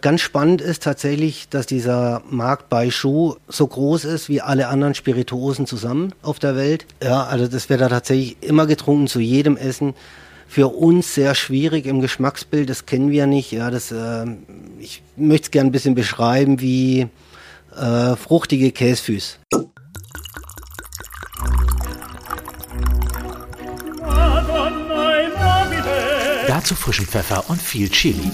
Ganz spannend ist tatsächlich, dass dieser Markt bei Schuh so groß ist wie alle anderen Spirituosen zusammen auf der Welt. Ja, also das wird da tatsächlich immer getrunken zu jedem Essen. Für uns sehr schwierig im Geschmacksbild, das kennen wir nicht. Ja, ich möchte es gerne ein bisschen beschreiben wie fruchtige Käsfüß. Dazu frischen Pfeffer und viel Chili.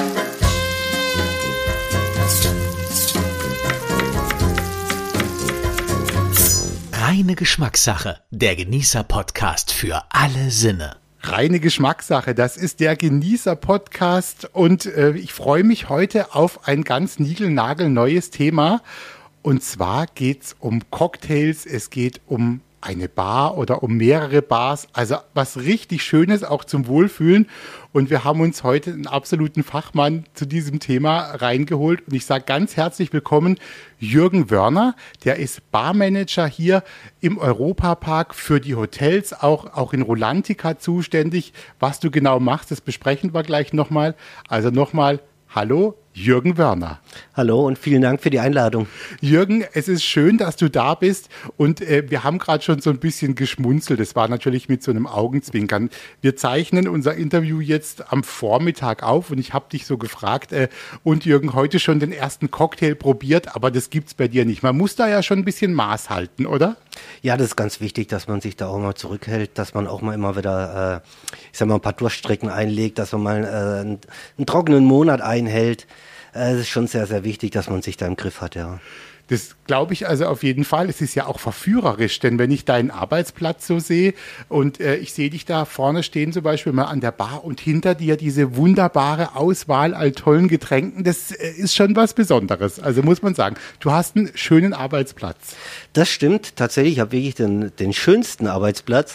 Reine Geschmackssache, der Genießer-Podcast für alle Sinne. Reine Geschmackssache, das ist der Genießer-Podcast und ich freue mich heute auf ein ganz niegelnagelneues Thema. Und zwar geht es um Cocktails, es geht um eine Bar oder um mehrere Bars, also was richtig Schönes auch zum Wohlfühlen. Und wir haben uns heute einen absoluten Fachmann zu diesem Thema reingeholt. Und ich sage ganz herzlich willkommen, Jürgen Wörner. Der ist Barmanager hier im Europapark für die Hotels, auch in Rolantica zuständig. Was du genau machst, das besprechen wir gleich nochmal. Also nochmal, hallo, Jürgen Wörner. Hallo und vielen Dank für die Einladung. Jürgen, es ist schön, dass du da bist und wir haben gerade schon so ein bisschen geschmunzelt. Das war natürlich mit so einem Augenzwinkern. Wir zeichnen unser Interview jetzt am Vormittag auf und ich habe dich so gefragt, und Jürgen, heute schon den ersten Cocktail probiert, aber das gibt's bei dir nicht. Man muss da ja schon ein bisschen Maß halten, oder? Ja, das ist ganz wichtig, dass man sich da auch mal zurückhält, dass man auch mal immer wieder, ein paar Durchstrecken einlegt, dass man mal einen trockenen Monat einhält. Es ist schon sehr, sehr wichtig, dass man sich da im Griff hat, ja. Das glaube ich also auf jeden Fall. Es ist ja auch verführerisch, denn wenn ich deinen Arbeitsplatz so sehe und ich sehe dich da vorne stehen zum Beispiel mal an der Bar und hinter dir diese wunderbare Auswahl an tollen Getränken, das ist schon was Besonderes. Also muss man sagen, du hast einen schönen Arbeitsplatz. Das stimmt, tatsächlich, ich habe wirklich den schönsten Arbeitsplatz.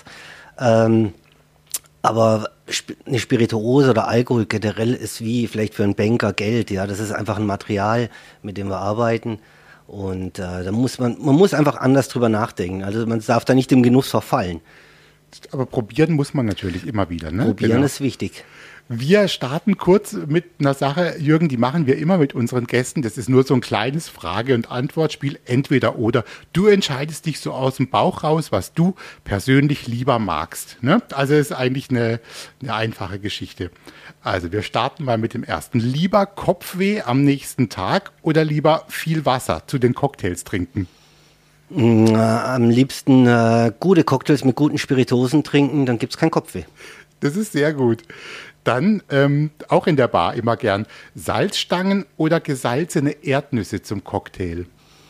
Aber eine Spirituose oder Alkohol generell ist wie vielleicht für einen Banker Geld. Ja, das ist einfach ein Material, mit dem wir arbeiten. Und man muss einfach anders drüber nachdenken. Also man darf da nicht im Genuss verfallen. Aber probieren muss man natürlich immer wieder, ne? Probieren ist wichtig. Wir starten kurz mit einer Sache, Jürgen, die machen wir immer mit unseren Gästen. Das ist nur so ein kleines Frage- und Antwortspiel, entweder oder. Du entscheidest dich so aus dem Bauch raus, was du persönlich lieber magst. Ne? Also ist eigentlich eine einfache Geschichte. Also wir starten mal mit dem ersten. Lieber Kopfweh am nächsten Tag oder lieber viel Wasser zu den Cocktails trinken? Am liebsten gute Cocktails mit guten Spirituosen trinken, dann gibt es kein Kopfweh. Das ist sehr gut. Dann auch in der Bar immer gern Salzstangen oder gesalzene Erdnüsse zum Cocktail?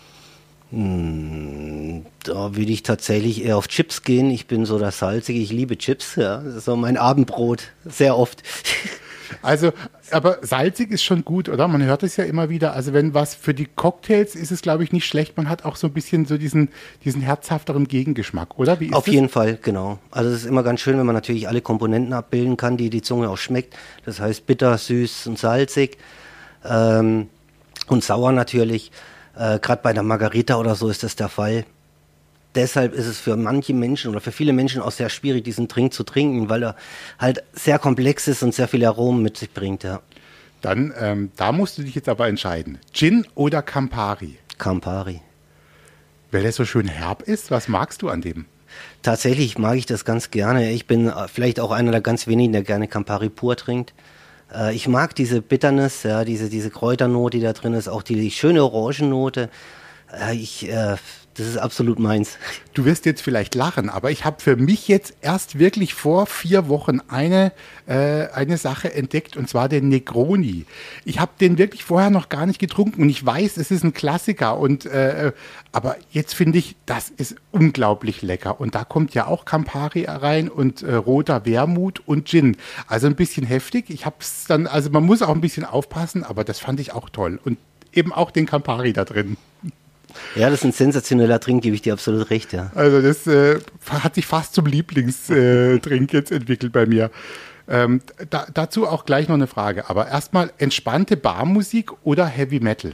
Da würde ich tatsächlich eher auf Chips gehen. Ich bin so der Salzige, ich liebe Chips. Ja. Das ist so mein Abendbrot, sehr oft. Also, aber salzig ist schon gut, oder? Man hört es ja immer wieder. Also wenn was für die Cocktails ist es, glaube ich, nicht schlecht. Man hat auch so ein bisschen so diesen herzhafteren Gegengeschmack, oder? Wie ist Auf jeden Fall, genau. Also es ist immer ganz schön, wenn man natürlich alle Komponenten abbilden kann, die Zunge auch schmeckt. Das heißt bitter, süß und salzig und sauer natürlich. Gerade bei der Margarita oder so ist das der Fall. Deshalb ist es für manche Menschen oder für viele Menschen auch sehr schwierig, diesen Drink zu trinken, weil er halt sehr komplex ist und sehr viele Aromen mit sich bringt. Ja. Dann, da musst du dich jetzt aber entscheiden. Gin oder Campari? Campari. Weil der so schön herb ist, was magst du an dem? Tatsächlich mag ich das ganz gerne. Ich bin vielleicht auch einer der ganz wenigen, der gerne Campari pur trinkt. Ich mag diese Bitterness, ja, diese Kräuternote, die da drin ist, auch die schöne Orangennote. Das ist absolut meins. Du wirst jetzt vielleicht lachen, aber ich habe für mich jetzt erst wirklich vor 4 Wochen eine Sache entdeckt, und zwar den Negroni. Ich habe den wirklich vorher noch gar nicht getrunken und ich weiß, es ist ein Klassiker, aber jetzt finde ich, das ist unglaublich lecker. Und da kommt ja auch Campari rein und roter Wermut und Gin. Also ein bisschen heftig. Also man muss auch ein bisschen aufpassen, aber das fand ich auch toll. Und eben auch den Campari da drin. Ja, das ist ein sensationeller Trink, gebe ich dir absolut recht, ja. Also das hat sich fast zum Lieblingstrink jetzt entwickelt bei mir. Dazu auch gleich noch eine Frage, aber erstmal entspannte Barmusik oder Heavy Metal?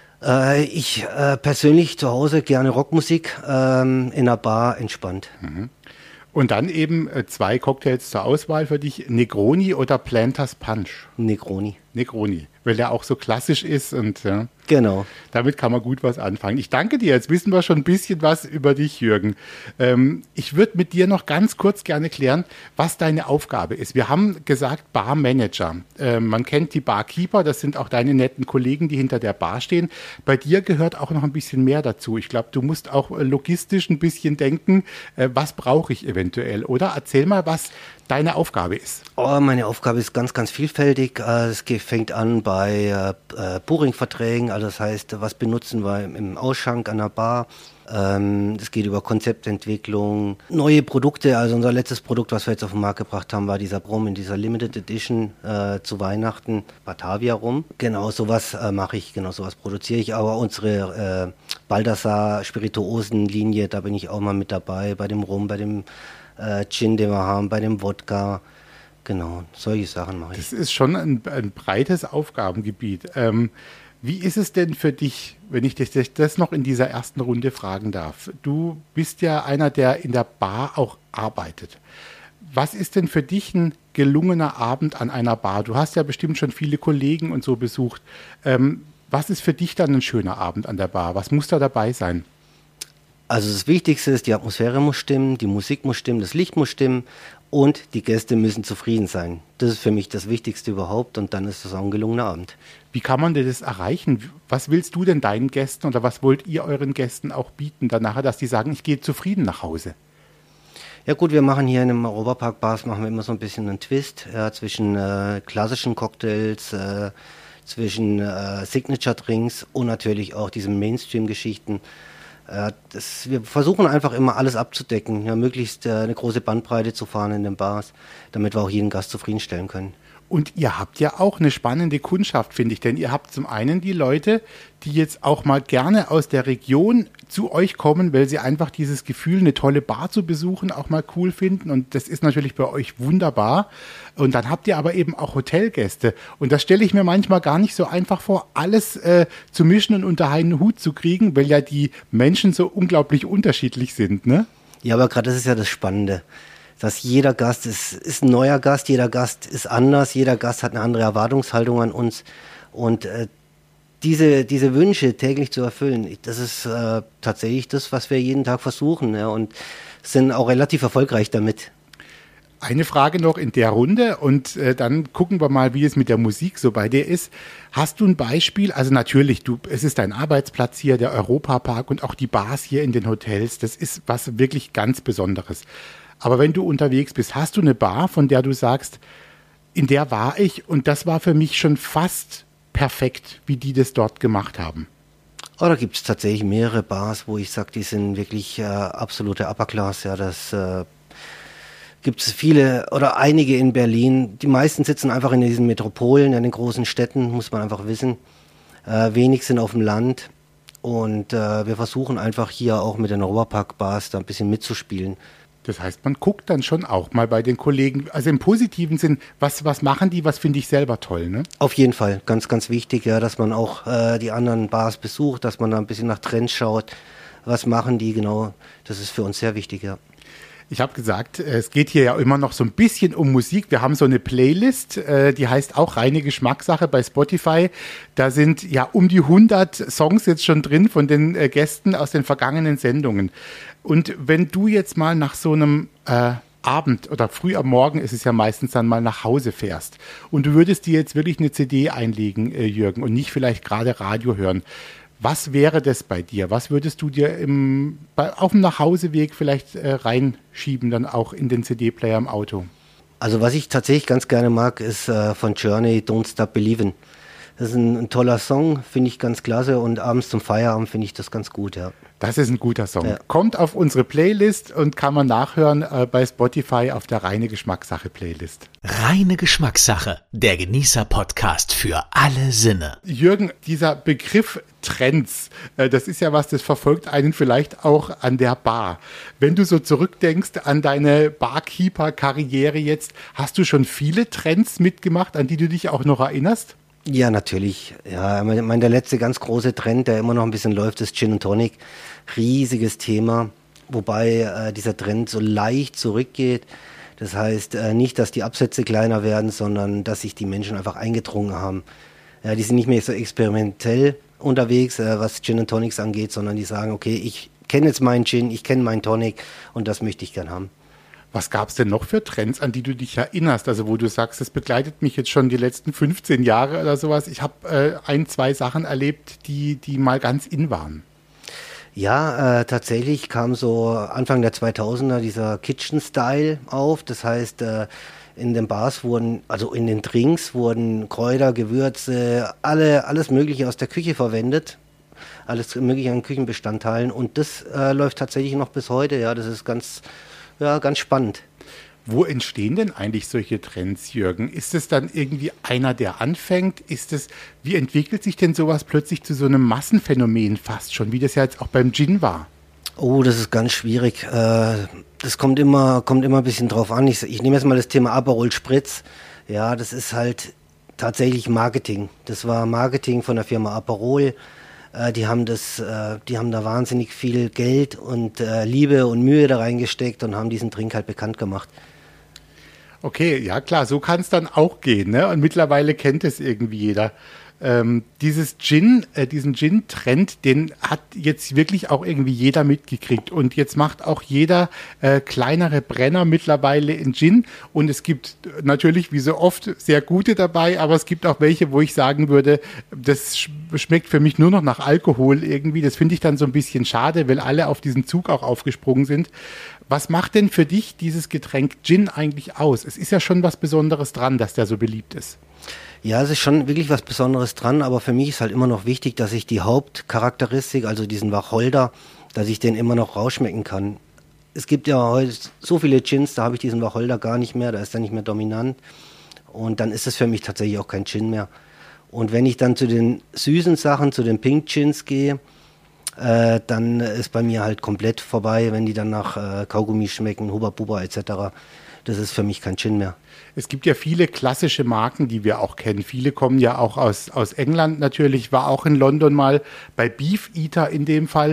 Ich persönlich zu Hause gerne Rockmusik, in einer Bar entspannt. Mhm. Und dann eben 2 Cocktails zur Auswahl für dich, Negroni oder Planters Punch? Negroni. Negroni, weil der auch so klassisch ist und ja, Genau. damit kann man gut was anfangen. Ich danke dir, jetzt wissen wir schon ein bisschen was über dich, Jürgen. Ich würde mit dir noch ganz kurz gerne klären, was deine Aufgabe ist. Wir haben gesagt Barmanager. Man kennt die Barkeeper, das sind auch deine netten Kollegen, die hinter der Bar stehen. Bei dir gehört auch noch ein bisschen mehr dazu. Ich glaube, du musst auch logistisch ein bisschen denken, was brauche ich eventuell, oder? Erzähl mal, was deine Aufgabe ist. Oh, meine Aufgabe ist ganz, ganz vielfältig. Es fängt an bei Pouring-Verträgen, also das heißt, was benutzen wir im Ausschank an der Bar. Es geht über Konzeptentwicklung, neue Produkte. Also unser letztes Produkt, was wir jetzt auf den Markt gebracht haben, war dieser Rum in dieser Limited Edition zu Weihnachten, Batavia Rum. Genau sowas mache ich, genau sowas produziere ich. Aber unsere Balthasar Spirituosenlinie, da bin ich auch mal mit dabei, bei dem Rum, bei dem Gin, den wir haben, bei dem Wodka. Genau, solche Sachen mache ich. Das ist schon ein breites Aufgabengebiet. Wie ist es denn für dich, wenn ich dich das noch in dieser ersten Runde fragen darf? Du bist ja einer, der in der Bar auch arbeitet. Was ist denn für dich ein gelungener Abend an einer Bar? Du hast ja bestimmt schon viele Kollegen und so besucht. Was ist für dich dann ein schöner Abend an der Bar? Was muss da dabei sein? Also das Wichtigste ist, die Atmosphäre muss stimmen, die Musik muss stimmen, das Licht muss stimmen und die Gäste müssen zufrieden sein. Das ist für mich das Wichtigste überhaupt und dann ist das auch ein gelungener Abend. Wie kann man denn das erreichen? Was willst du denn deinen Gästen oder was wollt ihr euren Gästen auch bieten danach, dass die sagen, ich gehe zufrieden nach Hause? Ja gut, wir machen hier in dem Europapark-Bars machen wir immer so ein bisschen einen Twist zwischen klassischen Cocktails, zwischen Signature-Drinks und natürlich auch diesen Mainstream-Geschichten. Wir versuchen einfach immer alles abzudecken, ja, möglichst eine große Bandbreite zu fahren in den Bars, damit wir auch jeden Gast zufriedenstellen können. Und ihr habt ja auch eine spannende Kundschaft, finde ich, denn ihr habt zum einen die Leute, die jetzt auch mal gerne aus der Region zu euch kommen, weil sie einfach dieses Gefühl, eine tolle Bar zu besuchen, auch mal cool finden und das ist natürlich bei euch wunderbar. Und dann habt ihr aber eben auch Hotelgäste und das stelle ich mir manchmal gar nicht so einfach vor, alles zu mischen und unter einen Hut zu kriegen, weil ja die Menschen so unglaublich unterschiedlich sind, ne? Ja, aber gerade das ist ja das Spannende. Dass jeder Gast ist ein neuer Gast, jeder Gast ist anders, jeder Gast hat eine andere Erwartungshaltung an uns und diese Wünsche täglich zu erfüllen, das ist tatsächlich das, was wir jeden Tag versuchen, ja, und sind auch relativ erfolgreich damit. Eine Frage noch in der Runde und dann gucken wir mal, wie es mit der Musik so bei dir ist. Hast du ein Beispiel? Also natürlich, es ist dein Arbeitsplatz hier, der Europapark und auch die Bars hier in den Hotels, das ist was wirklich ganz Besonderes. Aber wenn du unterwegs bist, hast du eine Bar, von der du sagst, in der war ich und das war für mich schon fast perfekt, wie die das dort gemacht haben? Oh, da gibt es tatsächlich mehrere Bars, wo ich sage, die sind wirklich absolute Upper Class. Ja, das gibt es viele oder einige in Berlin. Die meisten sitzen einfach in diesen Metropolen, in den großen Städten, muss man einfach wissen. Wenig sind auf dem Land. Und wir versuchen einfach hier auch mit den Europapark-Bars da ein bisschen mitzuspielen. Das heißt, man guckt dann schon auch mal bei den Kollegen, also im positiven Sinn, was machen die, was finde ich selber toll, ne? Auf jeden Fall, ganz, ganz wichtig, ja, dass man auch die anderen Bars besucht, dass man da ein bisschen nach Trends schaut, was machen die genau, das ist für uns sehr wichtig, ja. Ich habe gesagt, es geht hier ja immer noch so ein bisschen um Musik. Wir haben so eine Playlist, die heißt auch Reine Geschmackssache bei Spotify. Da sind ja um die 100 Songs jetzt schon drin von den Gästen aus den vergangenen Sendungen. Und wenn du jetzt mal nach so einem Abend oder früh am Morgen ist es ja meistens dann mal nach Hause fährst und du würdest dir jetzt wirklich eine CD einlegen, Jürgen, und nicht vielleicht gerade Radio hören. Was wäre das bei dir? Was würdest du dir auf dem Nachhauseweg vielleicht reinschieben, dann auch in den CD-Player im Auto? Also was ich tatsächlich ganz gerne mag, ist von Journey Don't Stop Believin'. Das ist ein toller Song, finde ich ganz klasse und abends zum Feierabend finde ich das ganz gut, ja. Das ist ein guter Song. Ja. Kommt auf unsere Playlist und kann man nachhören bei Spotify auf der Reine Geschmackssache Playlist. Reine Geschmackssache, der Genießer-Podcast für alle Sinne. Jürgen, dieser Begriff Trends, das ist ja was, das verfolgt einen vielleicht auch an der Bar. Wenn du so zurückdenkst an deine Barkeeper-Karriere jetzt, hast du schon viele Trends mitgemacht, an die du dich auch noch erinnerst? Ja, natürlich. Ja, ich meine, der letzte ganz große Trend, der immer noch ein bisschen läuft, ist Gin and Tonic. Riesiges Thema. wobei dieser Trend so leicht zurückgeht. Das heißt nicht, dass die Absätze kleiner werden, sondern dass sich die Menschen einfach eingedrungen haben. Ja, die sind nicht mehr so experimentell unterwegs, was Gin and Tonics angeht, sondern die sagen, okay, ich kenne jetzt meinen Gin, ich kenne meinen Tonic und das möchte ich gern haben. Was gab es denn noch für Trends, an die du dich erinnerst? Also wo du sagst, das begleitet mich jetzt schon die letzten 15 Jahre oder sowas. Ich habe 2 Sachen erlebt, die mal ganz in waren. Ja, tatsächlich kam so Anfang der 2000er dieser Kitchen-Style auf. Das heißt, in den Bars also in den Drinks wurden Kräuter, Gewürze, alles Mögliche aus der Küche verwendet. Alles Mögliche an Küchenbestandteilen. Und das läuft tatsächlich noch bis heute. Ja, das ist ganz spannend. Wo entstehen denn eigentlich solche Trends, Jürgen? Ist es dann irgendwie einer, der anfängt? Wie entwickelt sich denn sowas plötzlich zu so einem Massenphänomen fast schon, wie das ja jetzt auch beim Gin war? Oh, das ist ganz schwierig. Das kommt immer ein bisschen drauf an. Ich nehme jetzt mal das Thema Aperol Spritz. Ja, das ist halt tatsächlich Marketing. Das war Marketing von der Firma Aperol. Die haben da wahnsinnig viel Geld und Liebe und Mühe da reingesteckt und haben diesen Trink halt bekannt gemacht. Okay, ja klar, so kann es dann auch gehen, ne? Und mittlerweile kennt es irgendwie jeder. Diesen Gin-Trend, den hat jetzt wirklich auch irgendwie jeder mitgekriegt. Und jetzt macht auch jeder kleinere Brenner mittlerweile in Gin. Und es gibt natürlich, wie so oft, sehr gute dabei, aber es gibt auch welche, wo ich sagen würde, das schmeckt für mich nur noch nach Alkohol irgendwie. Das finde ich dann so ein bisschen schade, weil alle auf diesen Zug auch aufgesprungen sind. Was macht denn für dich dieses Getränk Gin eigentlich aus? Es ist ja schon was Besonderes dran, dass der so beliebt ist. Ja, es ist schon wirklich was Besonderes dran, aber für mich ist halt immer noch wichtig, dass ich die Hauptcharakteristik, also diesen Wacholder, dass ich den immer noch rausschmecken kann. Es gibt ja heute so viele Gins, da habe ich diesen Wacholder gar nicht mehr, da ist er nicht mehr dominant und dann ist es für mich tatsächlich auch kein Gin mehr. Und wenn ich dann zu den süßen Sachen, zu den Pink Gins gehe, dann ist bei mir halt komplett vorbei, wenn die dann nach Kaugummi schmecken, Hubba Bubba etc. Das ist für mich kein Gin mehr. Es gibt ja viele klassische Marken, die wir auch kennen. Viele kommen ja auch aus England natürlich. War auch in London mal bei Beef Eater in dem Fall.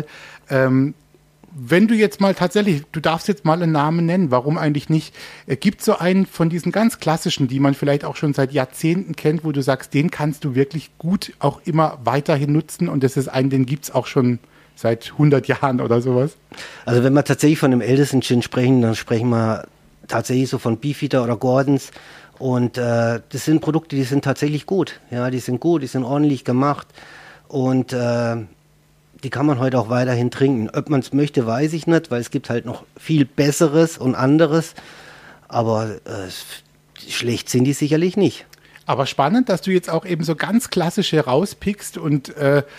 Wenn du jetzt mal tatsächlich, du darfst jetzt mal einen Namen nennen, warum eigentlich nicht? Gibt es so einen von diesen ganz klassischen, die man vielleicht auch schon seit Jahrzehnten kennt, wo du sagst, den kannst du wirklich gut auch immer weiterhin nutzen und das ist einen, den gibt es auch schon seit 100 Jahren oder sowas? Also wenn wir tatsächlich von dem ältesten Gin sprechen, dann sprechen wir tatsächlich so von Beefeater oder Gordons und das sind Produkte, die sind tatsächlich gut. Ja, die sind gut, die sind ordentlich gemacht und die kann man heute auch weiterhin trinken. Ob man es möchte, weiß ich nicht, weil es gibt halt noch viel Besseres und anderes, aber schlecht sind die sicherlich nicht. Aber spannend, dass du jetzt auch eben so ganz klassische rauspickst und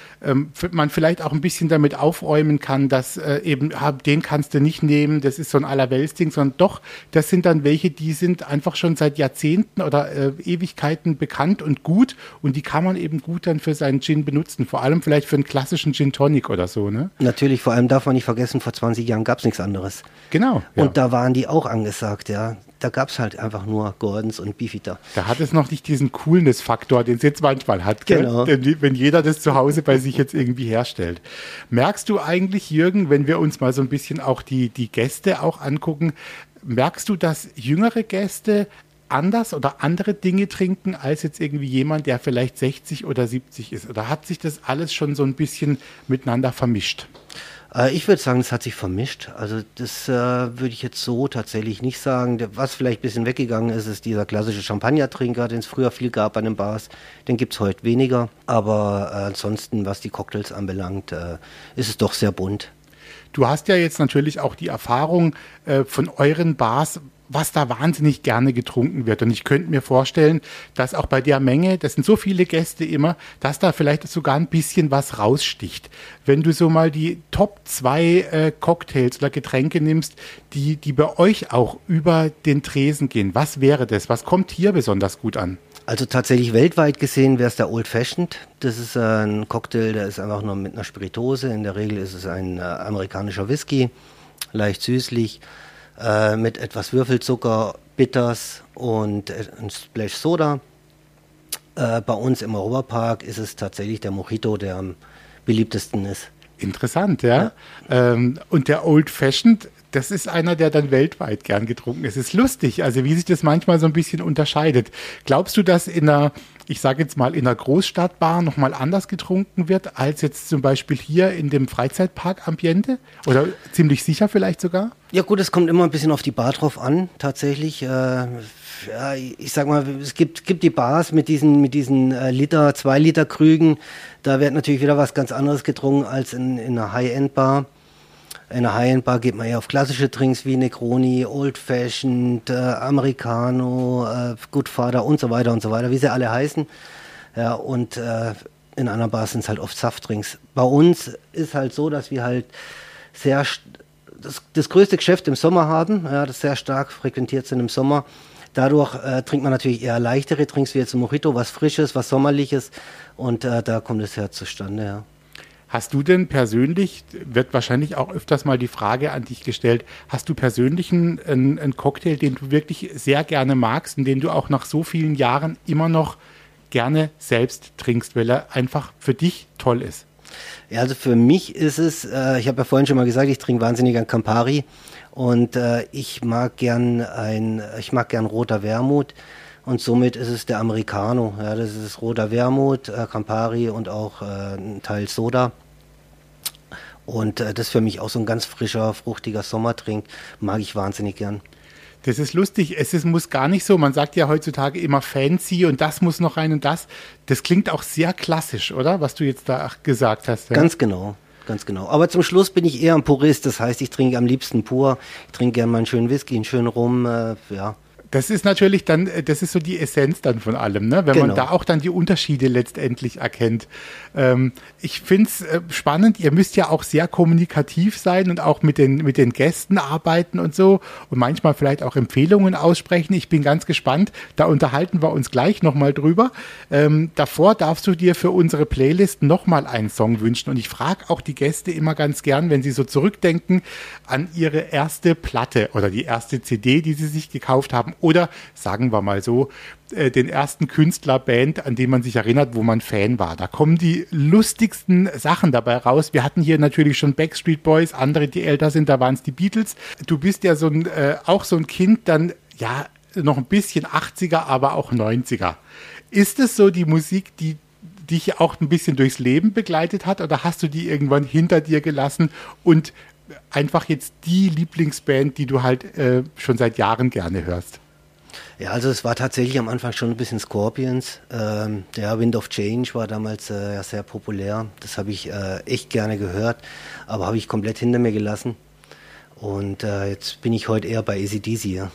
man vielleicht auch ein bisschen damit aufräumen kann, dass den kannst du nicht nehmen, das ist so ein Allerweltsding, sondern doch, das sind dann welche, die sind einfach schon seit Jahrzehnten oder Ewigkeiten bekannt und gut und die kann man eben gut dann für seinen Gin benutzen, vor allem vielleicht für einen klassischen Gin Tonic oder so, ne? Natürlich, vor allem darf man nicht vergessen, vor 20 Jahren gab es nichts anderes. Genau. Ja. Und da waren die auch angesagt, ja. Da gab es halt einfach nur Gordons und Beefeater. Da hat es noch nicht diesen Coolness-Faktor, den es jetzt manchmal hat. Genau. Wenn jeder das zu Hause bei sich jetzt irgendwie herstellt. Merkst du eigentlich, Jürgen, wenn wir uns mal so ein bisschen auch die Gäste auch angucken, merkst du, dass jüngere Gäste anders oder andere Dinge trinken als jetzt irgendwie jemand, der vielleicht 60 oder 70 ist? Oder hat sich das alles schon so ein bisschen miteinander vermischt? Ich würde sagen, es hat sich vermischt. Also das würde ich jetzt so tatsächlich nicht sagen. Was vielleicht ein bisschen weggegangen ist, ist dieser klassische Champagnertrinker, den es früher viel gab an den Bars. Den gibt es heute weniger. Aber ansonsten, was die Cocktails anbelangt, ist es doch sehr bunt. Du hast ja jetzt natürlich auch die Erfahrung von euren Bars, was da wahnsinnig gerne getrunken wird. Und ich könnte mir vorstellen, dass auch bei der Menge, das sind so viele Gäste immer, dass da vielleicht sogar ein bisschen was raussticht. Wenn du so mal die Top 2 Cocktails oder Getränke nimmst, die bei euch auch über den Tresen gehen, was wäre das? Was kommt hier besonders gut an? Also tatsächlich weltweit gesehen wäre es der Old Fashioned. Das ist ein Cocktail, der ist einfach nur mit einer Spiritose. In der Regel ist es ein amerikanischer Whisky, leicht süßlich, mit etwas Würfelzucker, Bitters und ein Splash Soda. Bei uns im Europapark ist es tatsächlich der Mojito, der am beliebtesten ist. Interessant, ja. Und der Old Fashioned, das ist einer, der dann weltweit gern getrunken ist. Es ist lustig, also wie sich das manchmal so ein bisschen unterscheidet. Glaubst du, dass in einer, ich sage jetzt mal, in einer Großstadtbar nochmal anders getrunken wird, als jetzt zum Beispiel hier in dem Freizeitpark-Ambiente? Oder ziemlich sicher vielleicht sogar? Ja gut, es kommt immer ein bisschen auf die Bar drauf an, tatsächlich. Ja, ich sag mal, es gibt die Bars mit diesen Liter, 2 Liter Krügen. Da wird natürlich wieder was ganz anderes getrunken als in einer High-End-Bar. In einer High-End-Bar geht man eher auf klassische Drinks wie Negroni, Old Fashioned, Americano, Goodfather und so weiter, wie sie alle heißen. Ja, und in einer Bar sind es halt oft Saftdrinks. Bei uns ist halt so, dass wir halt das größte Geschäft im Sommer haben, ja, das sehr stark frequentiert sind im Sommer. Dadurch trinkt man natürlich eher leichtere Drinks wie jetzt ein Mojito, was Frisches, was Sommerliches, und da kommt es ja zustande, ja. Hast du denn persönlich, wird wahrscheinlich auch öfters mal die Frage an dich gestellt, hast du persönlich einen Cocktail, den du wirklich sehr gerne magst und den du auch nach so vielen Jahren immer noch gerne selbst trinkst, weil er einfach für dich toll ist? Ja, also für mich ist es, ich habe ja vorhin schon mal gesagt, ich trinke wahnsinnig gern Campari und ich mag gern roter Wermut. Und somit ist es der Americano. Ja, das ist roter Wermut, Campari und auch ein Teil Soda. Und das ist für mich auch so ein ganz frischer, fruchtiger Sommertrink. Mag ich wahnsinnig gern. Das ist lustig. Muss gar nicht so. Man sagt ja heutzutage immer fancy und das muss noch rein und das. Das klingt auch sehr klassisch, oder? Was du jetzt da gesagt hast. Ja? Ganz genau. Ganz genau. Aber zum Schluss bin ich eher ein Purist. Das heißt, ich trinke am liebsten pur. Ich trinke gerne mal einen schönen Whisky, einen schönen Rum. Ja. Das ist natürlich dann, das ist so die Essenz dann von allem, ne? Wenn man da auch dann die Unterschiede letztendlich erkennt. Ich finde es spannend, ihr müsst ja auch sehr kommunikativ sein und auch mit den Gästen arbeiten und so und manchmal vielleicht auch Empfehlungen aussprechen. Ich bin ganz gespannt, da unterhalten wir uns gleich nochmal drüber. Davor darfst du dir für unsere Playlist nochmal einen Song wünschen und ich frage auch die Gäste immer ganz gern, wenn sie so zurückdenken an ihre erste Platte oder die erste CD, die sie sich gekauft haben. Oder, sagen wir mal so, den ersten Künstlerband, an den man sich erinnert, wo man Fan war. Da kommen die lustigsten Sachen dabei raus. Wir hatten hier natürlich schon Backstreet Boys, andere, die älter sind, da waren es die Beatles. Du bist ja auch so ein Kind, dann ja noch ein bisschen 80er, aber auch 90er. Ist es so die Musik, die dich auch ein bisschen durchs Leben begleitet hat oder hast du die irgendwann hinter dir gelassen und einfach jetzt die Lieblingsband, die du halt schon seit Jahren gerne hörst? Ja, also es war tatsächlich am Anfang schon ein bisschen Scorpions. Der Wind of Change war damals ja sehr populär. Das habe ich echt gerne gehört, aber habe ich komplett hinter mir gelassen. Und jetzt bin ich heute eher bei AC/DC. Ja.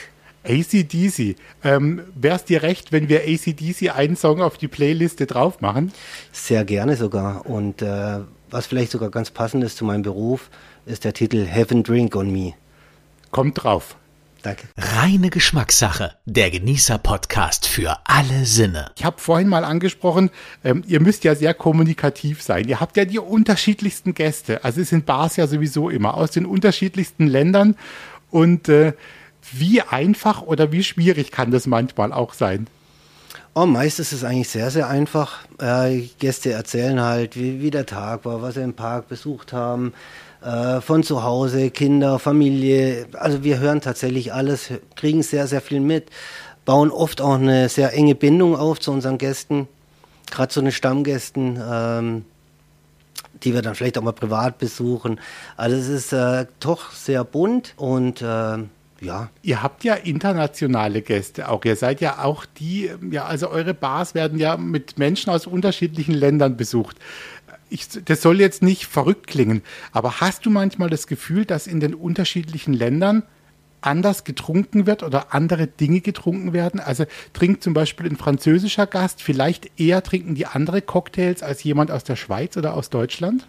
AC/DC. Wäre es dir recht, wenn wir AC/DC einen Song auf die Playliste drauf machen? Sehr gerne sogar. Und was vielleicht sogar ganz passend ist zu meinem Beruf, ist der Titel Have a Drink on Me. Kommt drauf. Danke. Reine Geschmackssache, der Genießer-Podcast für alle Sinne. Ich habe vorhin mal angesprochen, ihr müsst ja sehr kommunikativ sein. Ihr habt ja die unterschiedlichsten Gäste. Also es sind Bars ja sowieso immer aus den unterschiedlichsten Ländern. Und wie einfach oder wie schwierig kann das manchmal auch sein? Oh, meist ist es eigentlich sehr, sehr einfach. Gäste erzählen halt, wie der Tag war, was sie im Park besucht haben. Von zu Hause, Kinder, Familie, also wir hören tatsächlich alles, kriegen sehr, sehr viel mit, bauen oft auch eine sehr enge Bindung auf zu unseren Gästen, gerade zu den Stammgästen, die wir dann vielleicht auch mal privat besuchen. Also es ist doch sehr bunt und ja. Ihr habt ja internationale Gäste auch. Ihr seid ja auch also eure Bars werden ja mit Menschen aus unterschiedlichen Ländern besucht. Das soll jetzt nicht verrückt klingen, aber hast du manchmal das Gefühl, dass in den unterschiedlichen Ländern anders getrunken wird oder andere Dinge getrunken werden? Also trinkt zum Beispiel ein französischer Gast vielleicht eher trinken die andere Cocktails als jemand aus der Schweiz oder aus Deutschland?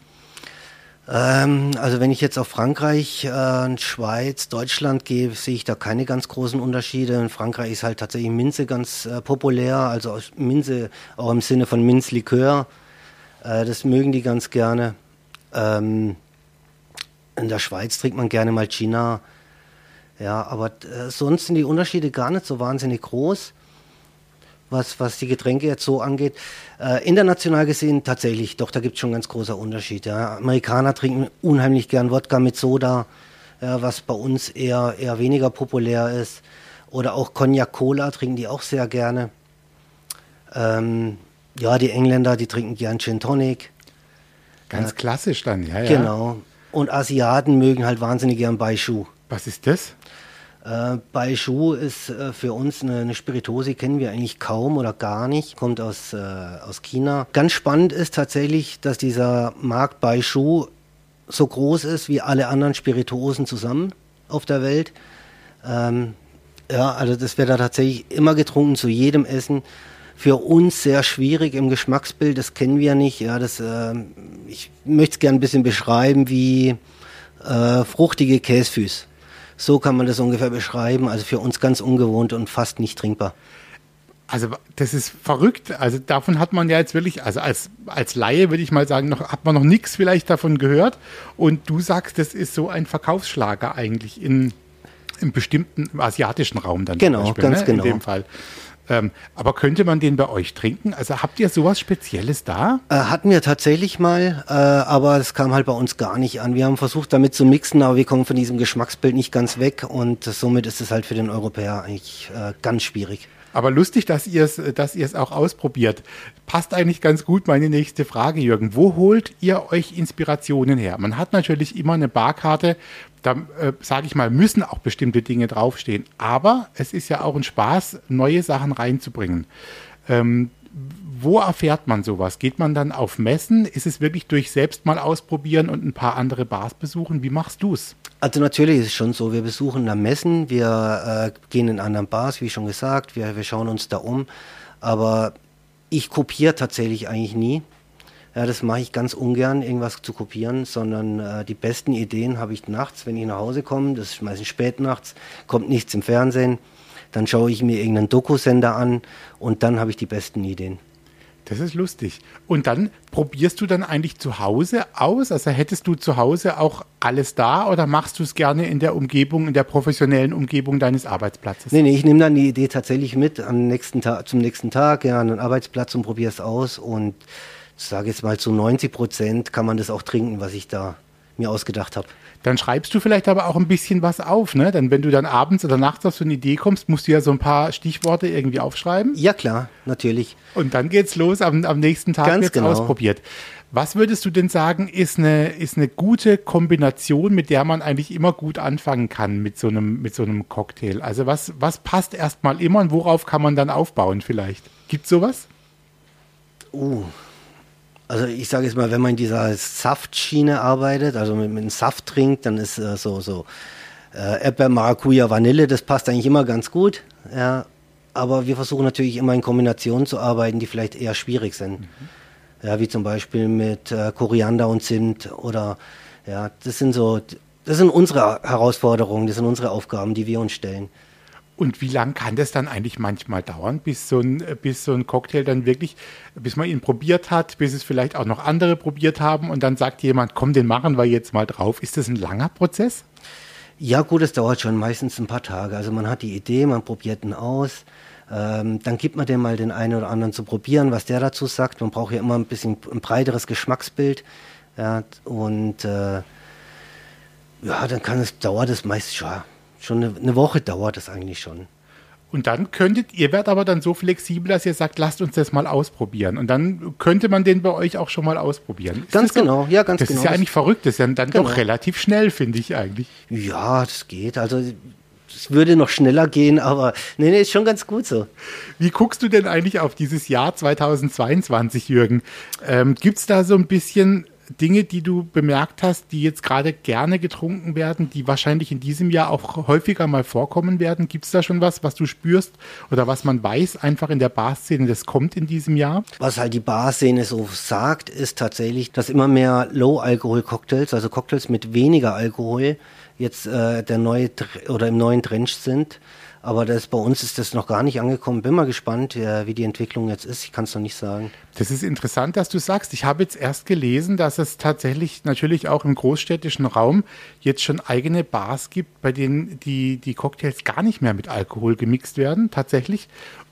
Also wenn ich jetzt auf Frankreich, Schweiz, Deutschland gehe, sehe ich da keine ganz großen Unterschiede. In Frankreich ist halt tatsächlich Minze ganz populär, also Minze auch im Sinne von Minzlikör. Das mögen die ganz gerne. In der Schweiz trinkt man gerne mal China. Ja, aber sonst sind die Unterschiede gar nicht so wahnsinnig groß. was die Getränke jetzt so angeht. International gesehen tatsächlich, doch, da gibt es schon einen ganz großer Unterschied. Ja. Amerikaner trinken unheimlich gern Wodka mit Soda, ja, was bei uns eher weniger populär ist. Oder auch Cognac Cola trinken die auch sehr gerne. Die Engländer, die trinken gern Gin Tonic. Ganz klassisch dann, ja. Genau. Und Asiaten mögen halt wahnsinnig gern Baijiu. Was ist das? Baijiu ist für uns eine Spirituose, kennen wir eigentlich kaum oder gar nicht, kommt aus China. Ganz spannend ist tatsächlich, dass dieser Markt Baijiu so groß ist wie alle anderen Spirituosen zusammen auf der Welt. Also das wird da tatsächlich immer getrunken, zu jedem Essen. Für uns sehr schwierig im Geschmacksbild, das kennen wir nicht. Ja, ich möchte es gerne ein bisschen beschreiben wie fruchtige Käsefüße. So kann man das ungefähr beschreiben. Also für uns ganz ungewohnt und fast nicht trinkbar. Also das ist verrückt. Also davon hat man ja jetzt wirklich, also als Laie würde ich mal sagen, hat man noch nichts vielleicht davon gehört. Und du sagst, das ist so ein Verkaufsschlager eigentlich im bestimmten im asiatischen Raum dann. Genau, Beispiel, ganz genau. In dem Fall. Aber könnte man den bei euch trinken? Also habt ihr sowas Spezielles da? Hatten wir tatsächlich mal, aber es kam halt bei uns gar nicht an. Wir haben versucht damit zu mixen, aber wir kommen von diesem Geschmacksbild nicht ganz weg und somit ist es halt für den Europäer eigentlich ganz schwierig. Aber lustig, dass ihr es auch ausprobiert. Passt eigentlich ganz gut meine nächste Frage, Jürgen. Wo holt ihr euch Inspirationen her? Man hat natürlich immer eine Barkarte, da sage ich mal, müssen auch bestimmte Dinge draufstehen. Aber es ist ja auch ein Spaß, neue Sachen reinzubringen. Wo erfährt man sowas? Geht man dann auf Messen? Ist es wirklich durch selbst mal ausprobieren und ein paar andere Bars besuchen? Wie machst du es? Also natürlich ist es schon so, wir besuchen da Messen, wir gehen in anderen Bars, wie schon gesagt, wir schauen uns da um, aber ich kopiere tatsächlich eigentlich nie. Ja, das mache ich ganz ungern, irgendwas zu kopieren, sondern die besten Ideen habe ich nachts, wenn ich nach Hause komme, das ist meistens spät nachts, kommt nichts im Fernsehen, dann schaue ich mir irgendeinen Dokusender an und dann habe ich die besten Ideen. Das ist lustig. Und dann probierst du dann eigentlich zu Hause aus? Also hättest du zu Hause auch alles da oder machst du es gerne in der Umgebung, in der professionellen Umgebung deines Arbeitsplatzes? Nee, ich nehme dann die Idee tatsächlich mit zum nächsten Tag, ja, an den Arbeitsplatz und probiere es aus. Und ich sage jetzt mal zu 90% kann man das auch trinken, was ich da mir ausgedacht habe. Dann schreibst du vielleicht aber auch ein bisschen was auf, ne? Denn wenn du dann abends oder nachts auf so eine Idee kommst, musst du ja so ein paar Stichworte irgendwie aufschreiben. Ja klar, natürlich. Und dann geht's los, am nächsten Tag wird's genau ausprobiert. Was würdest du denn sagen, ist eine gute Kombination, mit der man eigentlich immer gut anfangen kann mit so einem Cocktail? Also was passt erstmal immer und worauf kann man dann aufbauen vielleicht? Gibt's sowas? Also ich sage jetzt mal, wenn man in dieser Saftschiene arbeitet, also mit einem Saft trinkt, dann ist Erdbeer, Maracuja, Vanille, das passt eigentlich immer ganz gut. Ja. Aber wir versuchen natürlich immer in Kombinationen zu arbeiten, die vielleicht eher schwierig sind. Ja, wie zum Beispiel mit Koriander und Zimt oder ja, das sind unsere Herausforderungen, das sind unsere Aufgaben, die wir uns stellen. Und wie lange kann das dann eigentlich manchmal dauern, bis so ein Cocktail dann wirklich, bis man ihn probiert hat, bis es vielleicht auch noch andere probiert haben und dann sagt jemand, komm, den machen wir jetzt mal drauf. Ist das ein langer Prozess? Ja gut, es dauert schon meistens ein paar Tage. Also man hat die Idee, man probiert ihn aus, dann gibt man dem mal den einen oder anderen zu probieren, was der dazu sagt. Man braucht ja immer ein breiteres Geschmacksbild. Ja, und dann dauert es meist schon eine Woche dauert es eigentlich schon. Und dann ihr werdet aber dann so flexibel, dass ihr sagt, lasst uns das mal ausprobieren. Und dann könnte man den bei euch auch schon mal ausprobieren. Ganz genau, ja, ganz genau. Das ist ja eigentlich verrückt, das ist ja dann doch relativ schnell, finde ich eigentlich. Ja, das geht. Also es würde noch schneller gehen, aber nee, ist schon ganz gut so. Wie guckst du denn eigentlich auf dieses Jahr 2022, Jürgen? Gibt es da so ein bisschen Dinge, die du bemerkt hast, die jetzt gerade gerne getrunken werden, die wahrscheinlich in diesem Jahr auch häufiger mal vorkommen werden? Gibt es da schon was du spürst oder was man weiß, einfach in der Barszene, das kommt in diesem Jahr? Was halt die Barszene so sagt, ist tatsächlich, dass immer mehr Low-Alkohol-Cocktails, also Cocktails mit weniger Alkohol, jetzt im neuen Trend sind. Aber bei uns ist das noch gar nicht angekommen. Bin mal gespannt, wie die Entwicklung jetzt ist. Ich kann es noch nicht sagen. Das ist interessant, dass du sagst. Ich habe jetzt erst gelesen, dass es tatsächlich natürlich auch im großstädtischen Raum jetzt schon eigene Bars gibt, bei denen die Cocktails gar nicht mehr mit Alkohol gemixt werden, tatsächlich.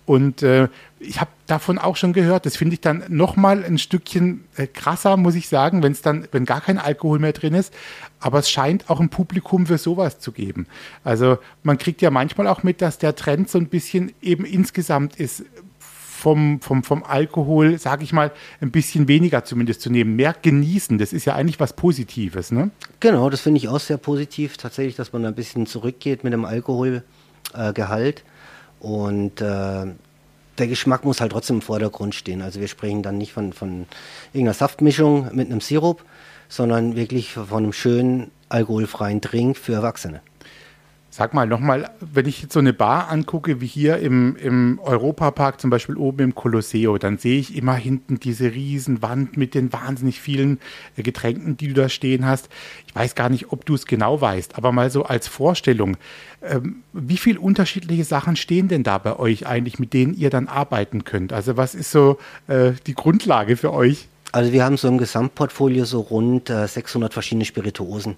Und ich habe davon auch schon gehört, das finde ich dann nochmal ein Stückchen krasser, muss ich sagen, wenn gar kein Alkohol mehr drin ist. Aber es scheint auch ein Publikum für sowas zu geben. Also man kriegt ja manchmal auch mit, dass der Trend so ein bisschen eben insgesamt ist, vom Alkohol, sage ich mal, ein bisschen weniger zumindest zu nehmen. Mehr genießen, das ist ja eigentlich was Positives, ne? Genau, das finde ich auch sehr positiv, tatsächlich, dass man ein bisschen zurückgeht mit dem Alkoholgehalt. Und der Geschmack muss halt trotzdem im Vordergrund stehen. Also wir sprechen dann nicht von irgendeiner Saftmischung mit einem Sirup, sondern wirklich von einem schönen alkoholfreien Drink für Erwachsene. Sag mal nochmal, wenn ich jetzt so eine Bar angucke, wie hier im Europapark, zum Beispiel oben im Colosseo, dann sehe ich immer hinten diese riesen Wand mit den wahnsinnig vielen Getränken, die du da stehen hast. Ich weiß gar nicht, ob du es genau weißt, aber mal so als Vorstellung, wie viele unterschiedliche Sachen stehen denn da bei euch eigentlich, mit denen ihr dann arbeiten könnt? Also was ist so die Grundlage für euch? Also wir haben so im Gesamtportfolio so rund 600 verschiedene Spirituosen.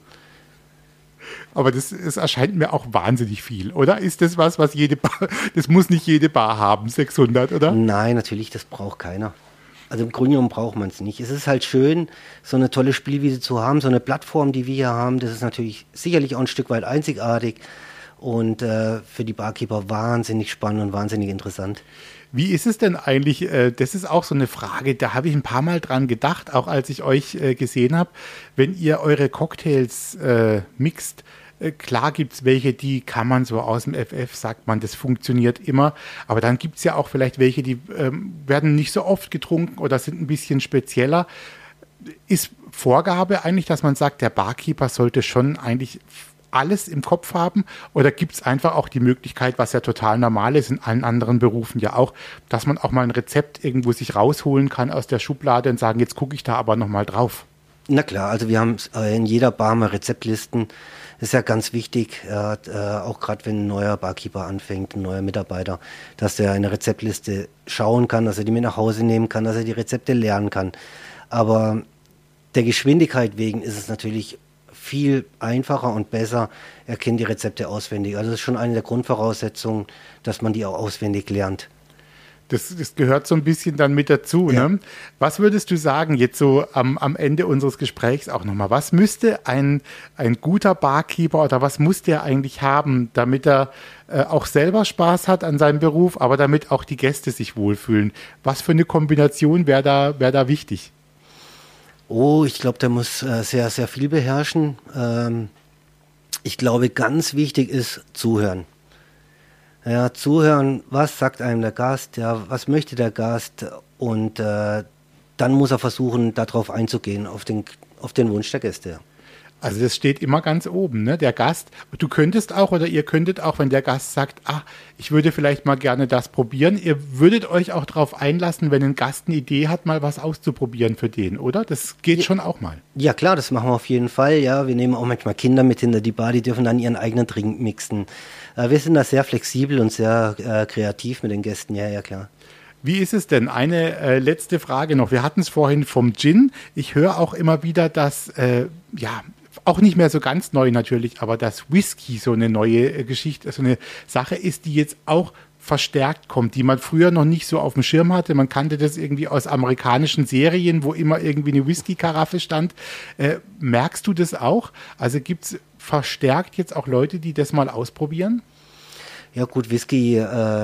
Aber es erscheint mir auch wahnsinnig viel, oder? Ist das was jede Bar, das muss nicht jede Bar haben, 600, oder? Nein, natürlich, das braucht keiner. Also im Grunde genommen braucht man es nicht. Es ist halt schön, so eine tolle Spielwiese zu haben, so eine Plattform, die wir hier haben, das ist natürlich sicherlich auch ein Stück weit einzigartig und für die Barkeeper wahnsinnig spannend und wahnsinnig interessant. Wie ist es denn eigentlich, das ist auch so eine Frage, da habe ich ein paar Mal dran gedacht, auch als ich euch gesehen habe, wenn ihr eure Cocktails mixt, klar gibt es welche, die kann man so aus dem FF, sagt man, das funktioniert immer, aber dann gibt es ja auch vielleicht welche, die werden nicht so oft getrunken oder sind ein bisschen spezieller. Ist Vorgabe eigentlich, dass man sagt, der Barkeeper sollte schon eigentlich alles im Kopf haben, oder gibt es einfach auch die Möglichkeit, was ja total normal ist, in allen anderen Berufen ja auch, dass man auch mal ein Rezept irgendwo sich rausholen kann aus der Schublade und sagen, jetzt gucke ich da aber nochmal drauf? Na klar, also wir haben in jeder Bar mal Rezeptlisten, ist ja ganz wichtig, auch gerade wenn ein neuer Barkeeper anfängt, ein neuer Mitarbeiter, dass er eine Rezeptliste schauen kann, dass er die mit nach Hause nehmen kann, dass er die Rezepte lernen kann. Aber der Geschwindigkeit wegen ist es natürlich viel einfacher und besser, er kennt die Rezepte auswendig. Also das ist schon eine der Grundvoraussetzungen, dass man die auch auswendig lernt. Das gehört so ein bisschen dann mit dazu. Ja. Ne? Was würdest du sagen, jetzt so am Ende unseres Gesprächs auch nochmal, was müsste ein guter Barkeeper oder was muss der eigentlich haben, damit er auch selber Spaß hat an seinem Beruf, aber damit auch die Gäste sich wohlfühlen? Was für eine Kombination wäre da wichtig? Oh, ich glaube, der muss sehr, sehr viel beherrschen. Ich glaube, ganz wichtig ist zuhören. Ja, zuhören, was sagt einem der Gast, ja, was möchte der Gast, und dann muss er versuchen, darauf einzugehen, auf den Wunsch der Gäste. Ja. Also das steht immer ganz oben, ne? Der Gast. Du könntest auch, oder ihr könntet auch, wenn der Gast sagt, ich würde vielleicht mal gerne das probieren, ihr würdet euch auch darauf einlassen, wenn ein Gast eine Idee hat, mal was auszuprobieren für den, oder? Das geht schon auch mal. Ja klar, das machen wir auf jeden Fall. Ja, wir nehmen auch manchmal Kinder mit hinter die Bar, die dürfen dann ihren eigenen Drink mixen. Wir sind da sehr flexibel und sehr kreativ mit den Gästen, ja klar. Wie ist es denn? Eine letzte Frage noch. Wir hatten es vorhin vom Gin. Ich höre auch immer wieder, dass, auch nicht mehr so ganz neu natürlich, aber dass Whisky so eine neue Geschichte, so eine Sache ist, die jetzt auch verstärkt kommt, die man früher noch nicht so auf dem Schirm hatte. Man kannte das irgendwie aus amerikanischen Serien, wo immer irgendwie eine Whisky-Karaffe stand. Merkst du das auch? Also gibt es verstärkt jetzt auch Leute, die das mal ausprobieren? Ja gut, Whisky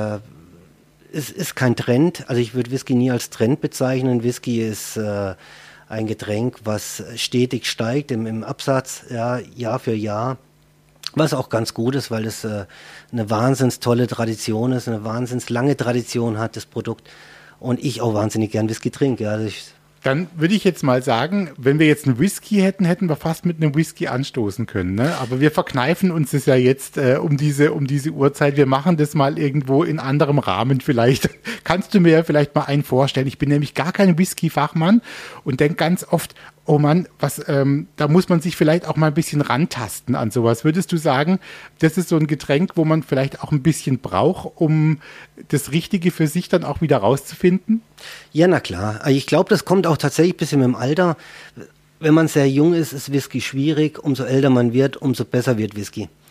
ist kein Trend. Also ich würde Whisky nie als Trend bezeichnen. Whisky ist ein Getränk, was stetig steigt im Absatz, ja, Jahr für Jahr. Was auch ganz gut ist, weil es eine wahnsinns tolle Tradition ist, eine wahnsinns lange Tradition hat, das Produkt. Und ich auch wahnsinnig gern Whisky trinke. Also dann würde ich jetzt mal sagen, wenn wir jetzt einen Whisky hätten, hätten wir fast mit einem Whisky anstoßen können. Ne? Aber wir verkneifen uns das ja jetzt um diese Uhrzeit. Wir machen das mal irgendwo in anderem Rahmen vielleicht. Kannst du mir ja vielleicht mal einen vorstellen? Ich bin nämlich gar kein Whisky-Fachmann und denke ganz oft, oh Mann, da muss man sich vielleicht auch mal ein bisschen rantasten an sowas. Würdest du sagen, das ist so ein Getränk, wo man vielleicht auch ein bisschen braucht, um das Richtige für sich dann auch wieder rauszufinden? Ja, na klar. Ich glaube, das kommt auch tatsächlich ein bisschen mit dem Alter. Wenn man sehr jung ist, ist Whisky schwierig. Umso älter man wird, umso besser wird Whisky.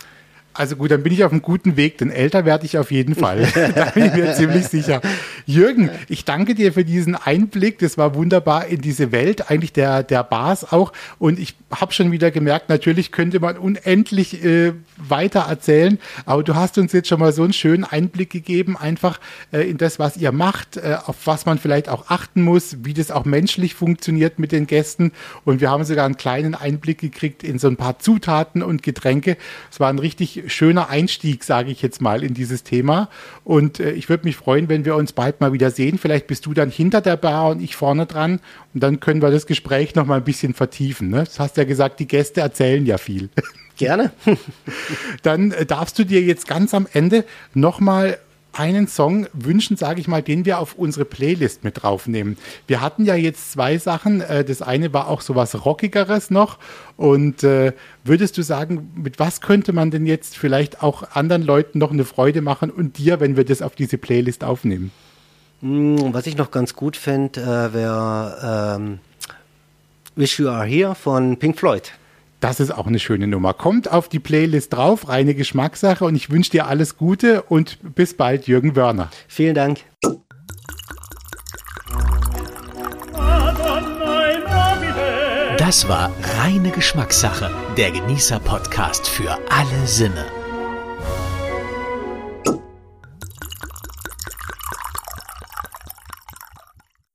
Also gut, dann bin ich auf einem guten Weg, denn älter werde ich auf jeden Fall. Da bin ich mir ziemlich sicher. Jürgen, ich danke dir für diesen Einblick. Das war wunderbar in diese Welt, eigentlich der Bars auch. Und ich habe schon wieder gemerkt, natürlich könnte man unendlich weiter erzählen. Aber du hast uns jetzt schon mal so einen schönen Einblick gegeben, einfach in das, was ihr macht, auf was man vielleicht auch achten muss, wie das auch menschlich funktioniert mit den Gästen. Und wir haben sogar einen kleinen Einblick gekriegt in so ein paar Zutaten und Getränke. Es war ein richtig schöner Einstieg, sage ich jetzt mal, in dieses Thema. Und ich würde mich freuen, wenn wir uns bald mal wieder sehen. Vielleicht bist du dann hinter der Bar und ich vorne dran. Und dann können wir das Gespräch noch mal ein bisschen vertiefen. Ne? Du hast ja gesagt, die Gäste erzählen ja viel. Gerne. Dann darfst du dir jetzt ganz am Ende noch mal einen Song wünschen, sage ich mal, den wir auf unsere Playlist mit draufnehmen. Wir hatten ja jetzt 2 Sachen. Das eine war auch so was Rockigeres noch. Und würdest du sagen, mit was könnte man denn jetzt vielleicht auch anderen Leuten noch eine Freude machen und dir, wenn wir das auf diese Playlist aufnehmen? Was ich noch ganz gut fände, wäre Wish You Are Here von Pink Floyd. Das ist auch eine schöne Nummer. Kommt auf die Playlist drauf, reine Geschmackssache, und ich wünsche dir alles Gute und bis bald, Jürgen Wörner. Vielen Dank. Das war reine Geschmackssache, der Genießer-Podcast für alle Sinne.